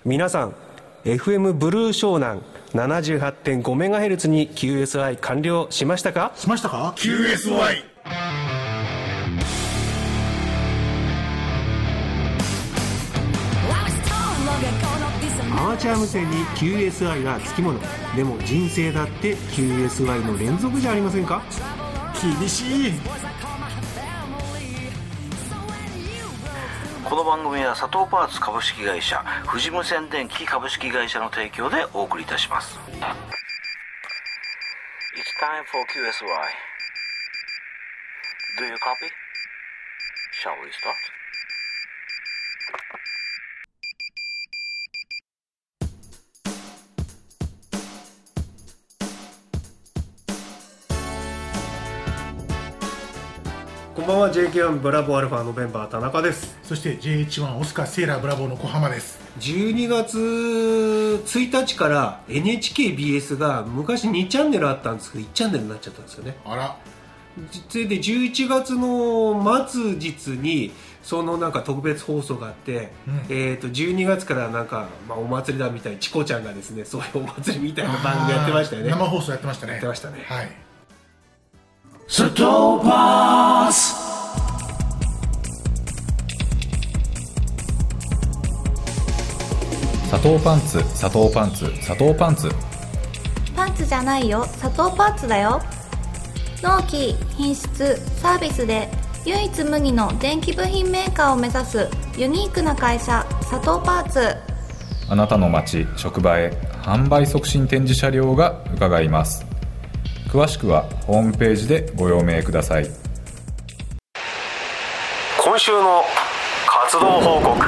皆さん FM ブルー湘南 78.5MHz に QSI 完了しましたか？ QSY。 アマチュア無線に QSI がつきもの。でも人生だって QSI の連続じゃありませんか？ 厳しい。 この番組は佐藤パーツ株式会社、富士無線電機株式会社の提供でお送りいたします。 It's time for QSY. Do you copy? Shall we start? こんばんは。 JK1 ブラボーアルファノベンバー田中です。 そして JH1 オスカーセーラーブラボーの小浜です。 12月1日から NHKBS が昔2チャンネルあったんですけど1チャンネルになっちゃったんですよね。 あら。 それで11月の末日にそのなんか特別放送があって、12月からなんか、お祭りだみたいにチコちゃんがですね、そういうお祭りみたいな番組やってましたよね。 生放送やってましたね。 やってましたね。 はい。 佐藤パーツ。 佐藤パンツ、佐藤パンツ、佐藤パンツ。 パンツじゃないよ、佐藤パンツだよ。納期、品質、サービスで唯一無二の電気部品メーカーを目指すユニークな会社、佐藤パーツ。 あなたの街、職場へ販売促進展示車両が伺います。詳しくはホームページでご用命ください。 今週の活動報告。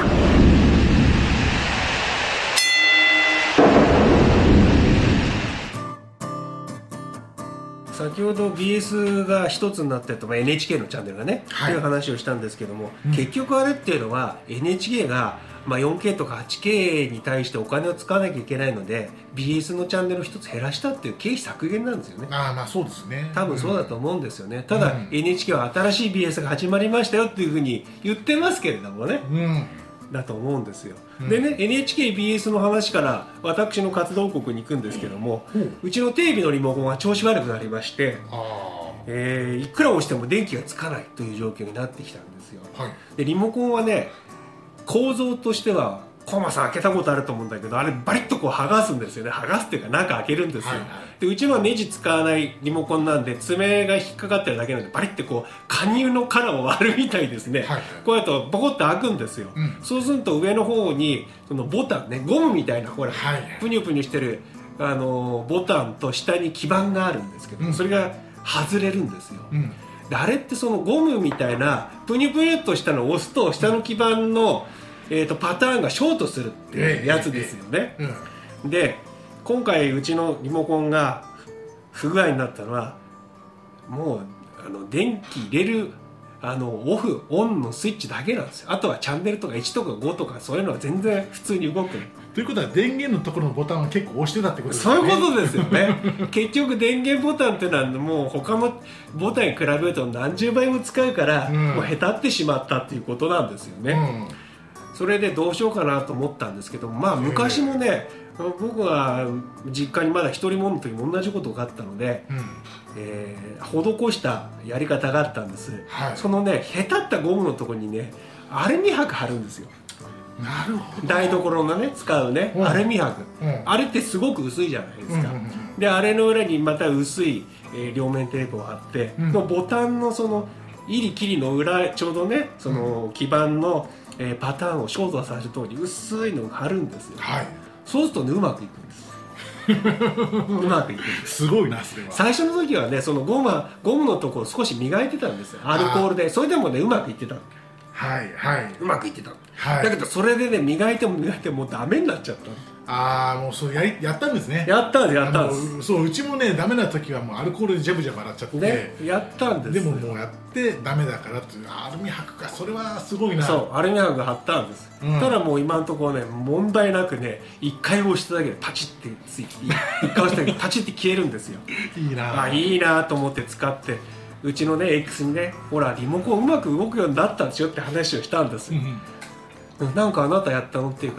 先ほど BS が一つになってと、NHK のチャンネルがね、という話をしたんですけども、結局あれっていうのは NHK が4K とか 8K に対してお金を使わなきゃいけないので BS のチャンネルを一つ減らしたっていう経費削減なんですよね。 そうですね。 多分そうだと思うんですよね。ただ、NHK は新しい BS が始まりましたよっていうふうに言ってますけれどもね、だと思うんですよ。でね、NHKBS の話から私の活動報告に行くんですけども、うちのテレビのリモコンが調子悪くなりまして、いくら押しても電気がつかないという状況になってきたんですよ。でリモコンはね、構造としてはコマさん開けたことあると思うんだけど、あれバリッとこう剥がすんですよね。剥がすっていうか中開けるんですよ。でうちのはネジ使わないリモコンなんで爪が引っかかってるだけなんでバリッてこう加入の殻を割るみたいですね、こうやるとボコッと開くんですよ、そうすると上の方にそのボタンね、ゴムみたいなほら、プニュプニュしてるボタンと下に基板があるんですけど、それが外れるんですよ、であれってそのゴムみたいなプニュプニュっとしたのを押すと下の基板のパターンがショートするっていうやつですよね、で今回うちのリモコンが不具合になったのはもう電気入れるオフオンのスイッチだけなんですよ。あとはチャンネルとか1とか5とかそういうのは全然普通に動く。 ということは電源のところのボタンは結構押してたってことですね。 そういうことですよね結局電源ボタンってのはもう他のボタンに比べると何十倍も使うから、もうへたってしまったっていうことなんですよね、それでどうしようかなと思ったんですけど、昔もね、僕は実家にまだ一人者の時も同じことがあったので、施したやり方があったんです、そのね、へたったゴムのところにねアルミ箔貼るんですよ。 なるほど。 台所のね使うね、アルミ箔、あれってすごく薄いじゃないですか、であれの裏にまた薄い、両面テープを貼って、ボタンのその入り切りの裏ちょうどね、その基板の、パターンをショートさせる通り薄いのを貼るんですよ、そうするとねうまくいくんですうまくいくんです。 すごいなそれは。 最初の時はね、そのゴムのところを少し磨いてたんですよ、アルコールで。それでもねうまくいってた、うまくいってた、だけどそれでね磨いてももうダメになっちゃった。 もうそうやったんですね。 やったんですそう、うちもねダメな時はもうアルコールでジャブジャブ洗っちゃって、 やったんです。 でももうやってダメだからってアルミ箔か、それはすごいな。 そうアルミ箔貼ったんです、ただもう今のところね問題なくね、1回押しただけでパチってついて1回押しただけでパチって消えるんですよいいいなと思って使って、うちのね X にね、ほらリモコンうまく動くようになったんですよって話をしたんです、なんかあなたやったのって言うから、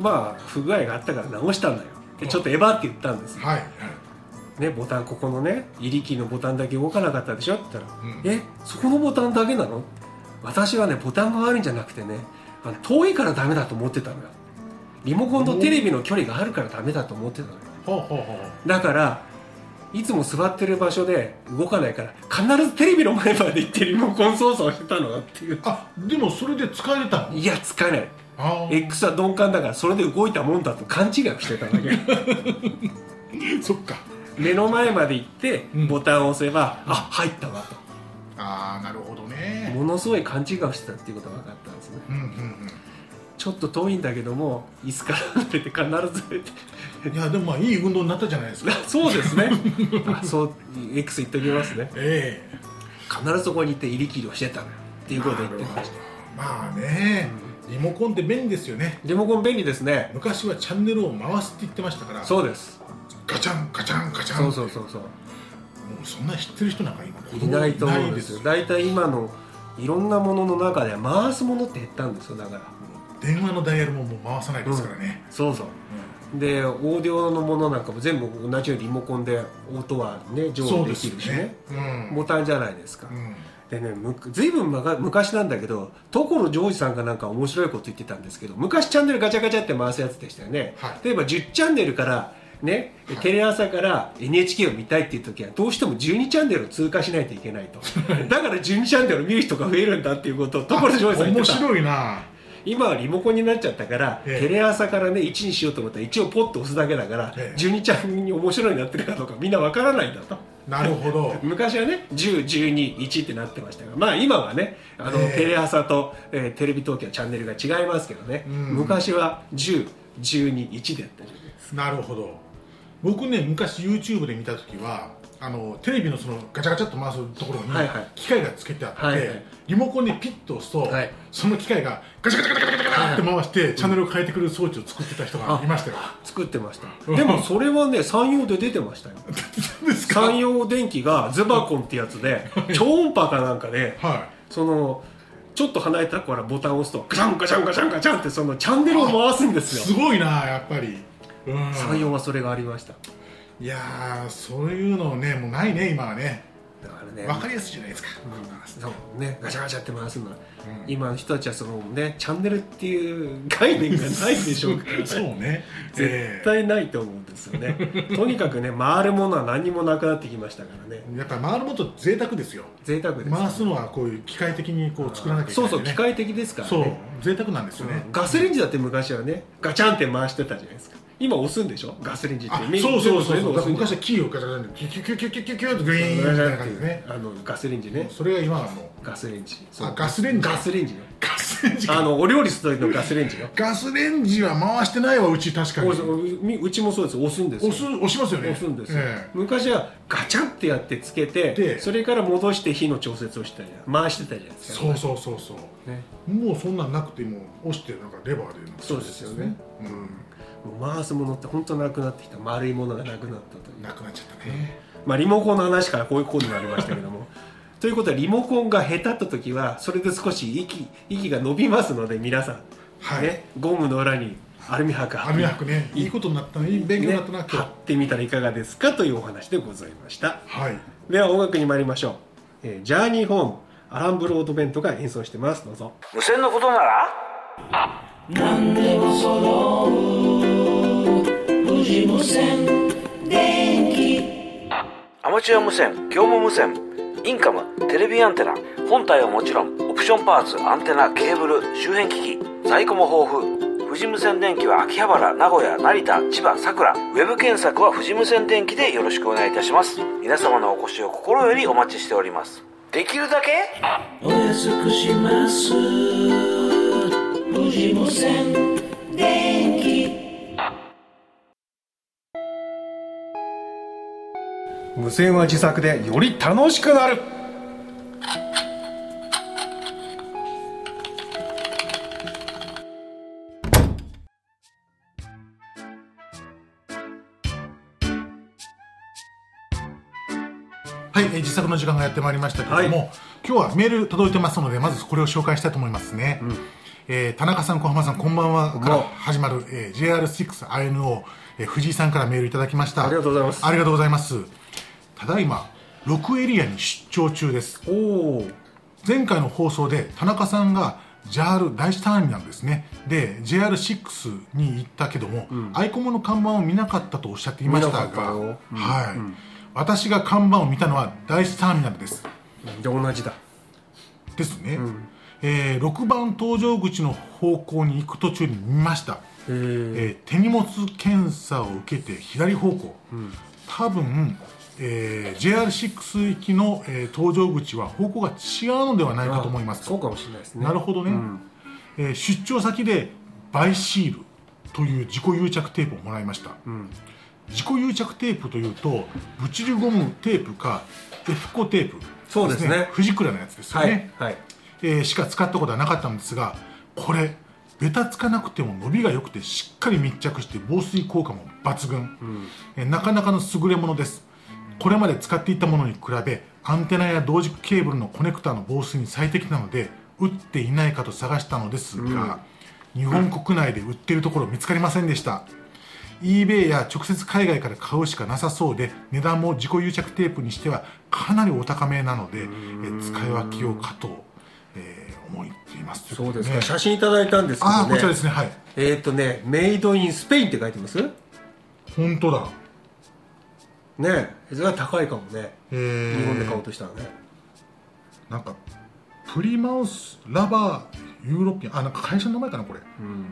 まあ不具合があったから直したんだよでちょっとエヴァって言ったんですよ、 はいはいね、ボタンここのね入りキーのボタンだけ動かなかったでしょって言ったら、そこのボタンだけなの？私はねボタンが悪いんじゃなくてね遠いからダメだと思ってたのよ。リモコンとテレビの距離があるからダメだと思ってたのよ。 ほうほうほう。 だからいつも座ってる場所で動かないから必ずテレビの前まで行ってリモコン操作をしてたのよっていう。 でもそれで使えたの？ いや使えない。X は鈍感だからそれで動いたもんだと勘違いをしてたわけそっか。 目の前まで行ってボタンを押せば、入ったわと。 なるほどね。 ものすごい勘違いをしてたっていうことが分かったんですね、ちょっと遠いんだけども椅子から離れて必ずいやでもまあいい運動になったじゃないですかそうですねそう X 言っておきますね、必ずそこに行って入り切りをしてたのよっていうことを言ってました。 まあね、リモコンって便利ですよね。 リモコン便利ですね。 昔はチャンネルを回すって言ってましたから。 そうです。 ガチャンガチャンガチャン。 そうもうそんな知ってる人なんか今いないと思うんですよ。大体今のいろんなものの中では回すものって減ったんですよ。だから電話のダイヤルももう回さないですからね、 そうそう、でオーディオのものなんかも全部同じようにリモコンで音はね上下できるしね、ボタンじゃないですか、でね、ずいぶん昔なんだけど所ジョージさんがなんか面白いこと言ってたんですけど、昔チャンネルガチャガチャって回すやつでしたよね、例えば10チャンネルからね、テレ朝から NHK を見たいっていう時はどうしても12チャンネルを通過しないといけないとだから12チャンネルを見る人が増えるんだっていうことを所ジョージさん言ってた。 面白いな。 今はリモコンになっちゃったから、テレ朝からね1にしようと思ったら1をポッと押すだけだから、12チャンネルに面白いになってるかどうかみんなわからないんだと。 なるほど昔はね10、12、1ってなってましたが、まあ今はねテレ朝と、テレビ東京チャンネルが違いますけどね、昔は10、12、1でやったじゃないですか。 なるほど。僕ね昔 YouTube で見た時はテレビのそのガチャガチャっと回すところに機械がつけてあって、リモコンでピッと押すと、その機械がガチャガチャガチャガチャガチャって回してチャンネルを変えてくる装置を作ってた人がいましたよ。 作ってました。でもそれはね山陽で出てましたよ山陽電機がズバコンってやつで超音波かなんかで、そのちょっと離れたからボタンを押すとガチャンガチャンガチャンガチャンってそのチャンネルを回すんですよ。 すごいなやっぱり。 山陽はそれがありました。 いやーそういうのねもうないね今はね。 だからね分かりやすいじゃないですか、 そうね、ガチャガチャって回すのは、今の人たちはそのねチャンネルっていう概念がないでしょうからねそうね、 絶対ないと思うんですよねとにかくね回るものは何もなくなってきましたからね。 やっぱり回るものと贅沢ですよ。 贅沢です、 回すのはこういう機械的にこう作らなきゃいけない、ね、 そう機械的ですからね。 そう贅沢なんですよね、 ガスレンジだって昔はねガチャンって回してたじゃないですか。今押すんでしょガスレンジって。 そう昔はキーをガチャガチャキュキュキュキュキュキュキュとグイーンみたいな感じでね、 ガスレンジね。 それが今はもうガスレンジ。 ガスレンジガスレンジよ。 ガスレンジお料理する時のガスレンジよ。 ガスレンジは回してないわうち。確かにうちもそうです。押すんですよ。 押しますよね。 押すんですよ、昔はガチャンってやってつけてそれから戻して火の調節をしたり回してたじゃないですか。 そう、ね、もうそんなんなくても押してなんかレバーで。 そうですよね、もう回すものって本当なくなってきた。丸いものがなくなったという。 なくなっちゃったね、 リモコンの話からこういうことになりましたけどもということはリモコンが下手った時はそれで少し息が伸びますので皆さん、ね、ゴムの裏にアルミ箔ね、いいことになったね。いい勉強になったな、 貼ってみたらいかがですかというお話でございました、では音楽に参りましょう、ジャーニーホームアラン・ブロードベントが演奏してます。どうぞ。 無線のことなら何でも揃う富士無線電機。アマチュア無線、業務無線、インカム、テレビアンテナ、本体はもちろんオプションパーツ、アンテナ、ケーブル、周辺機器、在庫も豊富。富士無線電機は秋葉原、名古屋、成田、千葉、佐倉。ウェブ検索は富士無線電機でよろしくお願いいたします。皆様のお越しを心よりお待ちしております。できるだけお安くします。富士無線電機。 無線は自作でより楽しくなる。 はい、自作の時間がやってまいりましたけれども、今日はメール届いてますのでまずこれを紹介したいと思いますね、 田中さん、小浜さん、こんばんはから始まる、JR6INO、藤井さんからメールいただきました。 ありがとうございます。 ありがとうございます。ただいま6エリアに出張中です。前回の放送で田中さんが JR 第一ターミナルですねで JR6 に行ったけども、アイコモの看板を見なかったとおっしゃっていましたが、私が看板を見たのは第一ターミナルです。 同じだですね、6番搭乗口の方向に行く途中に見ました。手荷物検査を受けて左方向、多分、JR6 行きの、搭乗口は方向が違うのではないかと思います。 そうかもしれないですね。 なるほどね、出張先でバイシールという自己癒着テープをもらいました。自己癒着テープというとブチルゴムテープかエフコテープ、 そうですね、 フジクラのやつですよね、しか使ったことはなかったんですが、これベタつかなくても伸びが良くてしっかり密着して防水効果も抜群、なかなかの優れものです。これまで使っていたものに比べアンテナや同軸ケーブルのコネクターの防水に最適なので打っていないかと探したのですが、日本国内で売っているところ見つかりませんでした。 eBay や直接海外から買うしかなさそうで、値段も自己癒着テープにしてはかなりお高めなので使い分けようかと、思っています。 そうですか、写真いただいたんですけどね。 こちらですね、はい。 メイドインスペインって書いてます。 本当だね。それは高いかもね、日本で買おうとしたらね。 なんかプリマウスラバーユーロピアン、なんか会社の名前かなこれ。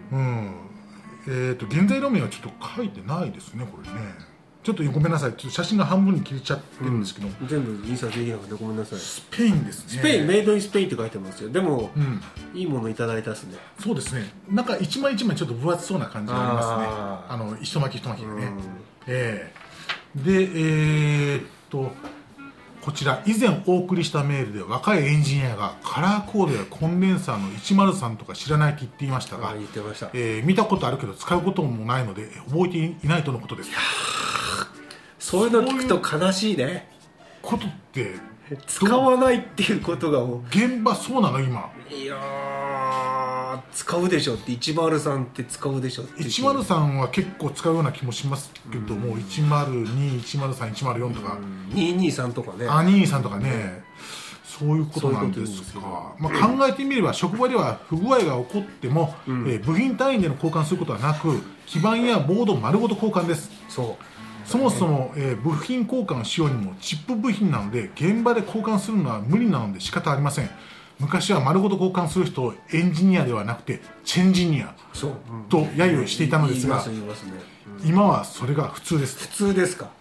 現在路面はちょっと書いてないですね、これね。ちょっとごめんなさい、ちょっと写真が半分に切れちゃってるんですけど、 全部印刷できなくてごめんなさい。 スペインですね。 スペイン、メイドインスペインって書いてますよ。でも、いいものいただいたっすね。 そうですね、なんか一枚一枚ちょっと分厚そうな感じがありますね。一巻き一巻きでね。こちら以前お送りしたメールで若いエンジニアがカラーコードやコンデンサーの103とか知らないと言っていましたが、見たことあるけど使うこともないので覚えていないとのことです。 そういうの聞くと悲しいね。 ことって使わないっていうことが現場そうなの今。 いや使うでしょって103って使うでしょって 103は結構使うような気もしますけども、102、103、104とか 223とかね、 223とかね、そういうことなんですか。考えてみれば職場では不具合が起こっても、部品単位での交換することはなく基板やボード丸ごと交換です。そもそも、部品交換をしようにもチップ部品なので現場で交換するのは無理なので仕方ありません。昔は丸ごと交換する人をエンジニアではなくてチェンジニアと揶揄していたのですが、今はそれが普通です。 普通ですか。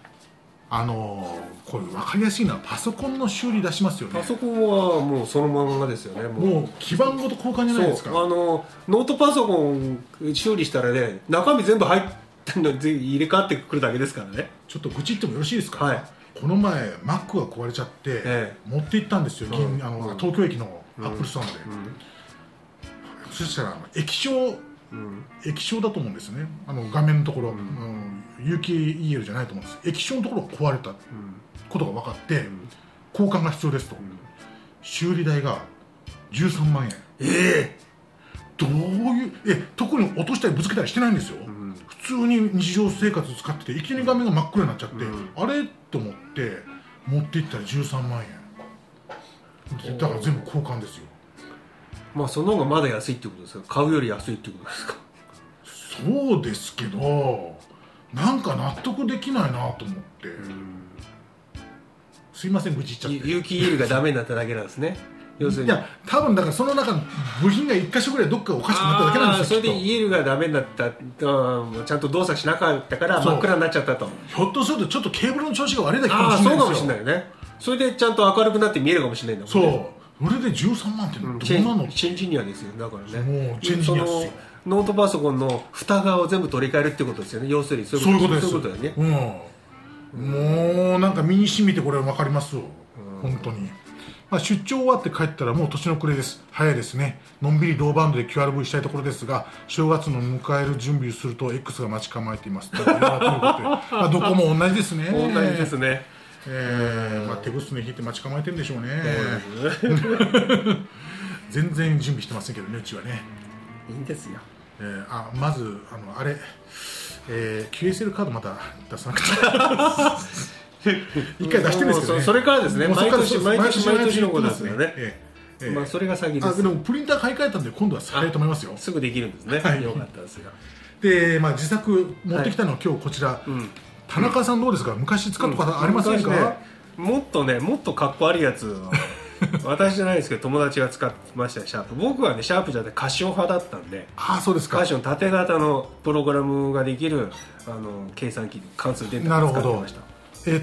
これ分かりやすいのはパソコンの修理出しますよね。 パソコンはもうそのままですよね。 もう基板ごと交換じゃないですか。 ノートパソコン修理したらね、中身全部入っての入れ替わってくるだけですからね。 ちょっと愚痴言ってもよろしいですか。この前 Mac が壊れちゃって、持って行ったんですよ、東京駅のアップルストアで、そしたら液晶だと思うんですよね、画面のところ、有機 EL じゃないと思うんです。液晶のところが壊れたことが分かって、交換が必要ですと、修理代が13万円。どういう特に落としたりぶつけたりしてないんですよ、普通に日常生活使ってていきなり画面が真っ黒になっちゃって、あれと思って持っていったら13万円だから全部交換ですよ。 その方がまだ安いってことですか。買うより安いってことですか。 そうですけどなんか納得できないなと思って、すいません愚痴言っちゃって。 有機 EL がダメになっただけなんですね。要するにいや多分だからその中の部品が1箇所ぐらいどっかおかしくなっただけなんですよ。 それで EL がダメになった、ちゃんと動作しなかったから真っ暗になっちゃったと。 ひょっとするとちょっとケーブルの調子が悪いだけかもしれないですよ。 そうかもしれないよね。それでちゃんと明るくなって見えるかもしれないんだもんね。 それで13万ってどうなの。 チェンジニアですよ。だからね、 もうチェンジニアですよ。 ノートパソコンの蓋側を全部取り替えるってことですよね。要するにそういうことです。そういうことだよね。 もうなんか身に染みてこれ分かりますよ、本当に。出張終わって帰ったらもう年の暮れです。早いですね。のんびり同バンドで QRV したいところですが、正月の迎える準備をすると X が待ち構えています。どこも同じですね。 同じですね。 手ぐすね引いて待ち構えてるんでしょうね。 全然準備してませんけどね、うちはね。 いいんですよ。 まずあれ、QSL カードまた出さなくて一回出してるんですけどね。 それからですね、毎年のことですよね。それが先です。 でもプリンター買い替えたんで今度は早いと思いますよ。 すぐできるんですね。 はい、 よかったですよ。 で、自作持ってきたのは今日こちら、田中さんどうですか？昔使ったことありませんか？ もっとかっこ悪いやつを私じゃないですけど友達が使ってましたよ、シャープ。僕はね、シャープじゃなくてカシオ派だったんで。 そうですか。 カシオの縦型のプログラムができる計算機、関数電卓を使ってました。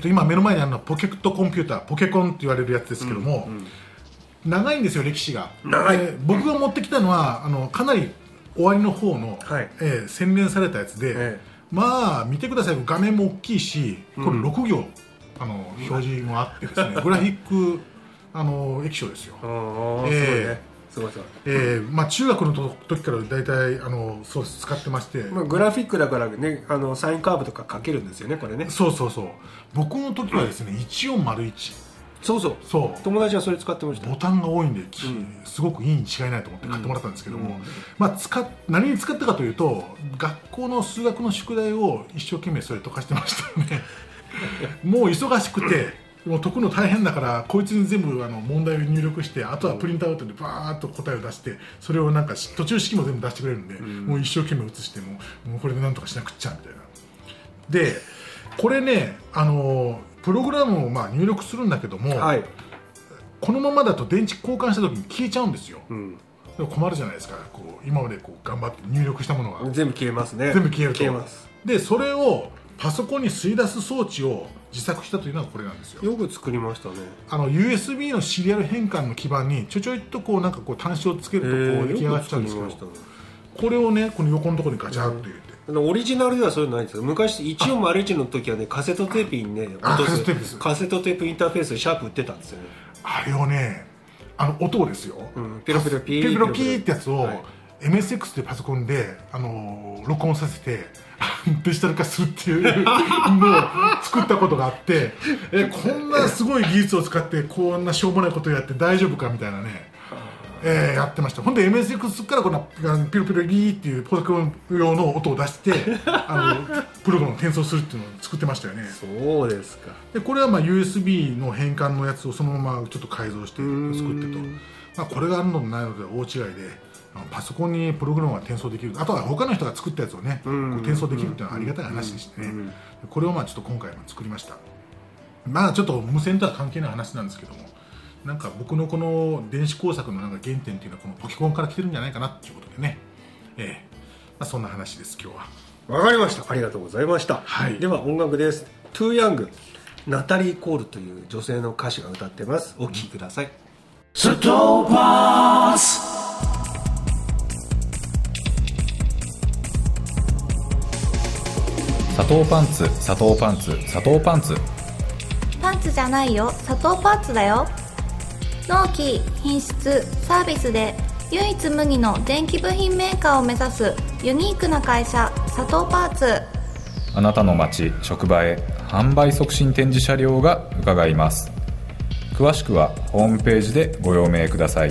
今目の前にあるのはポケットコンピューター、ポケコンって言われるやつですけども、長いんですよ、歴史が。僕が持ってきたのはかなり終わりの方の、洗練されたやつで、見てください、画面も大きいし、これ6行表示もあってですね、グラフィック液晶ですよ。 すごいすごい。 中学の時から大体そう使ってまして、 グラフィックだからね、サインカーブとか書けるんですよね、これね。 そう僕の時はですね、1401。そう友達はそれ使ってました。 ボタンが多いんで、すごくいいに違いないと思って買ってもらったんですけども、何に使ったかというと、学校の数学の宿題を一生懸命それ解かしてましたよねもう忙しくて、もう解くの大変だから、こいつに全部問題を入力して、あとはプリントアウトでバーッと答えを出して、それをなんか途中式も全部出してくれるんで、もう一生懸命写して、もうこれでなんとかしなくっちゃみたいな。でこれね、プログラムを入力するんだけども、このままだと電池交換した時に消えちゃうんですよ。でも困るじゃないですか。今まで頑張って入力したものが全部消えますね。 全部消えると。 消えます。 でそれをパソコンに吸い出す装置を自作したというのがこれなんですよ。 よく作りましたね。 USB のシリアル変換の基板にちょいっとなんか端子をつけると出来上がっちゃうんですけど、これをね、この横のところにガチャッと入れて、 オリジナルではそういうのないんですよ。昔1401の時はね、カセットテープにね、 カセットテープインターフェースでシャープ売ってたんですよね。 あれをね、音ですよ、 ピロピロピーピロピーってやつを MSX っていうパソコンで録音させてデジタル化するっていうのを作ったことがあってこんなすごい技術を使ってこんなしょうもないことをやって大丈夫かみたいなね、やってました。ほんで MSX からこのピロピロギーっていうパソコン用の音を出してプログラムを転送するっていうのを作ってましたよね。 そうですか。 でこれはUSB の変換のやつをそのままちょっと改造して作ってと、これがあるのとないのでは大違いで、パソコンにプログラムが転送できる、あとは他の人が作ったやつをね転送できるっていうのはありがたい話でしてね、これをちょっと今回作りました。ちょっと無線とは関係ない話なんですけども、なんか僕のこの電子工作の原点っていうのはこのポケコンから来てるんじゃないかなっていうことでね、そんな話です今日は。 わかりました。ありがとうございました。では音楽です。トゥーヤング、ナタリー・コールという女性の歌手が歌ってます。お聴きください。 サトーパーツ、 砂糖パンツ、砂糖パンツ、砂糖パンツ。 パンツじゃないよ、砂糖パーツだよ。納期、品質、サービスで唯一無二の電気部品メーカーを目指すユニークな会社、砂糖パーツ。 あなたの街、職場へ販売促進展示車両が伺います。詳しくはホームページでご用命ください。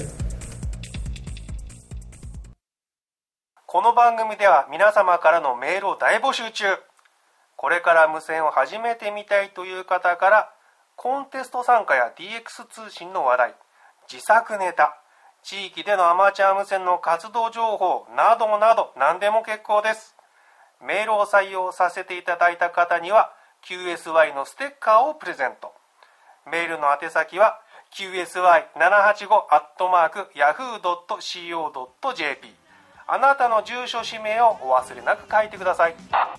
この番組では皆様からのメールを大募集中。これから無線を始めてみたいという方から、コンテスト参加や DX 通信の話題、自作ネタ、地域でのアマチュア無線の活動情報などなど何でも結構です。メールを採用させていただいた方には QSY のステッカーをプレゼント。メールの宛先は qsy785@yahoo.co.jp。 あなたの住所氏名をお忘れなく書いてください。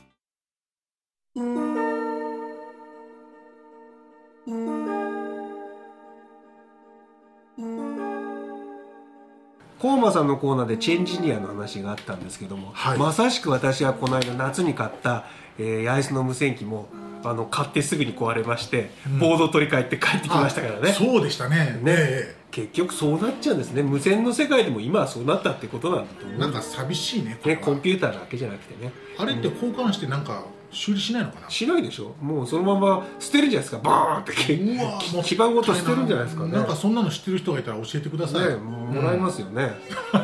コウマさんのコーナーでチェンジニアの話があったんですけども、まさしく私はこの間夏に買った、八重洲の無線機も買ってすぐに壊れまして、ボード取り替えて帰ってきましたからね。 そうでしたね。 結局そうなっちゃうんですね。無線の世界でも今はそうなったってことなんだと思う。 なんか寂しいね。 コンピューターだけじゃなくてね。 あれって交換してなんか修理しないのかな。 しないでしょ。もうそのまま捨てるじゃないですか。バーンって基板ごと捨てるんじゃないですかね。 なんかそんなの知ってる人がいたら教えてください。 もらえますよね。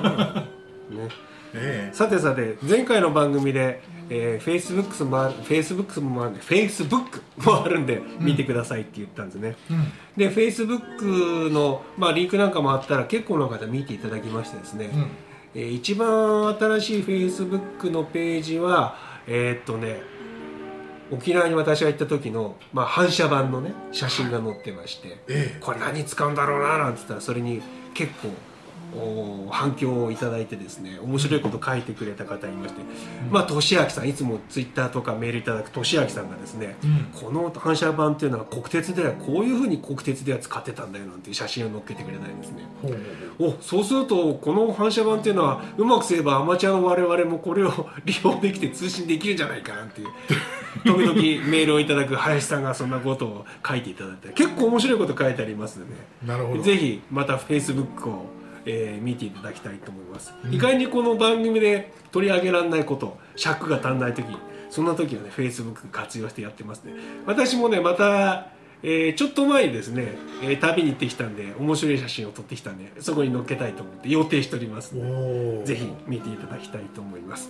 さて前回の番組で、Facebook もあるんで見てくださいって言ったんですね。で Facebook の、リンクなんかもあったら結構な方見ていただきましてですね、一番新しい Facebook のページは沖縄に私が行った時の、反射板のね写真が載ってまして、これ何使うんだろうななんて言ったらそれに結構反響をいただいてですね、面白いこと書いてくれた方いまして、俊明さん、いつもツイッターとかメールいただく俊明さんがですね、この反射板っていうのは国鉄ではこういうふうに国鉄では使ってたんだよなんていう写真を載っけてくれたりですね、そうするとこの反射板っていうのはうまくすればアマチュアの我々もこれを利用できて通信できるんじゃないかなんていう時々メールをいただく林さんがそんなことを書いていただいて、結構面白いこと書いてありますので、 なるほど、 ぜひまた Facebook を見ていただきたいと思います。意外にこの番組で取り上げられないこと、尺が足んない時、そんな時はね Facebook 活用してやってますね。私もねまた、ちょっと前にですね、旅に行ってきたんで面白い写真を撮ってきたんでそこに載っけたいと思って予定しておりますので、ぜひ見ていただきたいと思います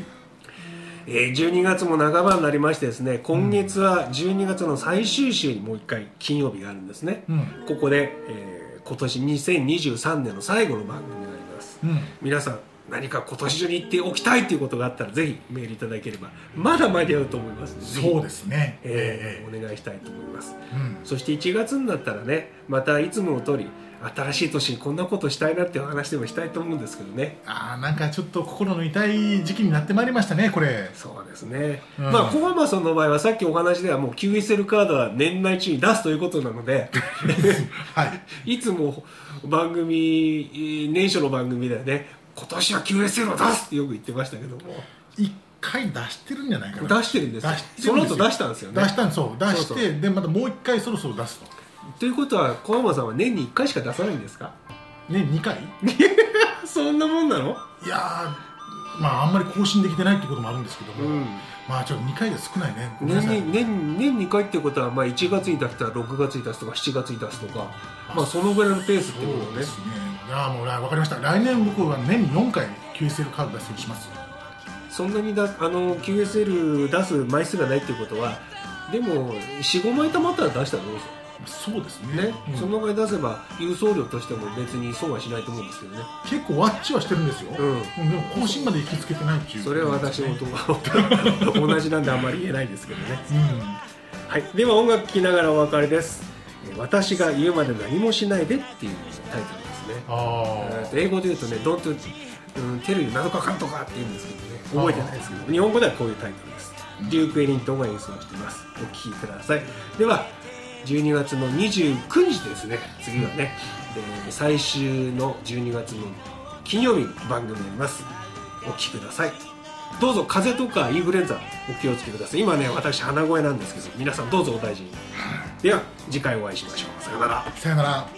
。12月も半ばになりましてですね、今月は12月の最終週にもう一回金曜日があるんですね。ここで、今年2023年の最後の番組になります。皆さん何か今年中に言っておきたいということがあったらぜひメールいただければまだ間に合うと思いますので、 そうですね、 お願いしたいと思います。そして1月になったらね、またいつもの通り新しい年にこんなことしたいなっていう話でもしたいと思うんですけどね。 なんかちょっと心の痛い時期になってまいりましたね、これ。 そうですね、コママさんの場合はさっきお話ではもう QSL カードは年内中に出すということなので、いつも番組年初の番組ではね、今年は QSL を出すってよく言ってましたけども、 1回出してるんじゃないかな。 出してるんですよ。その後出したんですよね。 出してでまたもう1回そろそろ出すということは小浜さんは年に1回しか出さないんですか？ 年2回そんなもんなの？ いやあんまり更新できてないってこともあるんですけども、ちょっと2回で少ないね。 年2回ってことは、1月に出したら6月に出すとか7月に出すとか、そのぐらいのペースってことね。 そうですね。もう分かりました。来年僕は年に4回 QSL カード出すようにします。 そんなにQSL 出す枚数がないっていうことは、でも 4,5 枚貯まったら出したらどうですか？ そうですね。 そのぐらい出せば郵送料としても別に損はしないと思うんですけどね。 結構ワッチはしてるんですよ。でも更新まで行きつけてないっていう。 それは私も同じなんであんまり言えないですけどね。はい。では音楽聴きながらお別れです。私が言うまで何もしないでっていうタイトルですね。英語で言うとね、Don't tell you なんとかかんとかって言うんですけどね、覚えてないですけど、日本語ではこういうタイトルです。デューク・エリントンが演奏しています。お聴きください。では12月の29日ですね、次はね、最終の12月の金曜日に番組になります。お聴きください。どうぞ風邪とかインフルエンザお気をつけください。今ね私鼻声なんですけど、皆さんどうぞお大事に。では次回お会いしましょう。さよなら。 さよなら。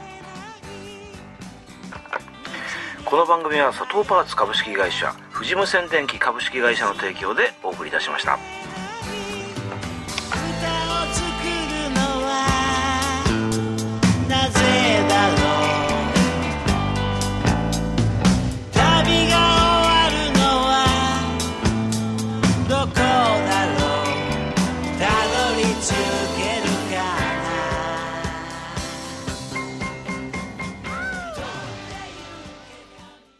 この番組は佐藤パーツ株式会社、富士無線電機株式会社の提供でお送りいたしました。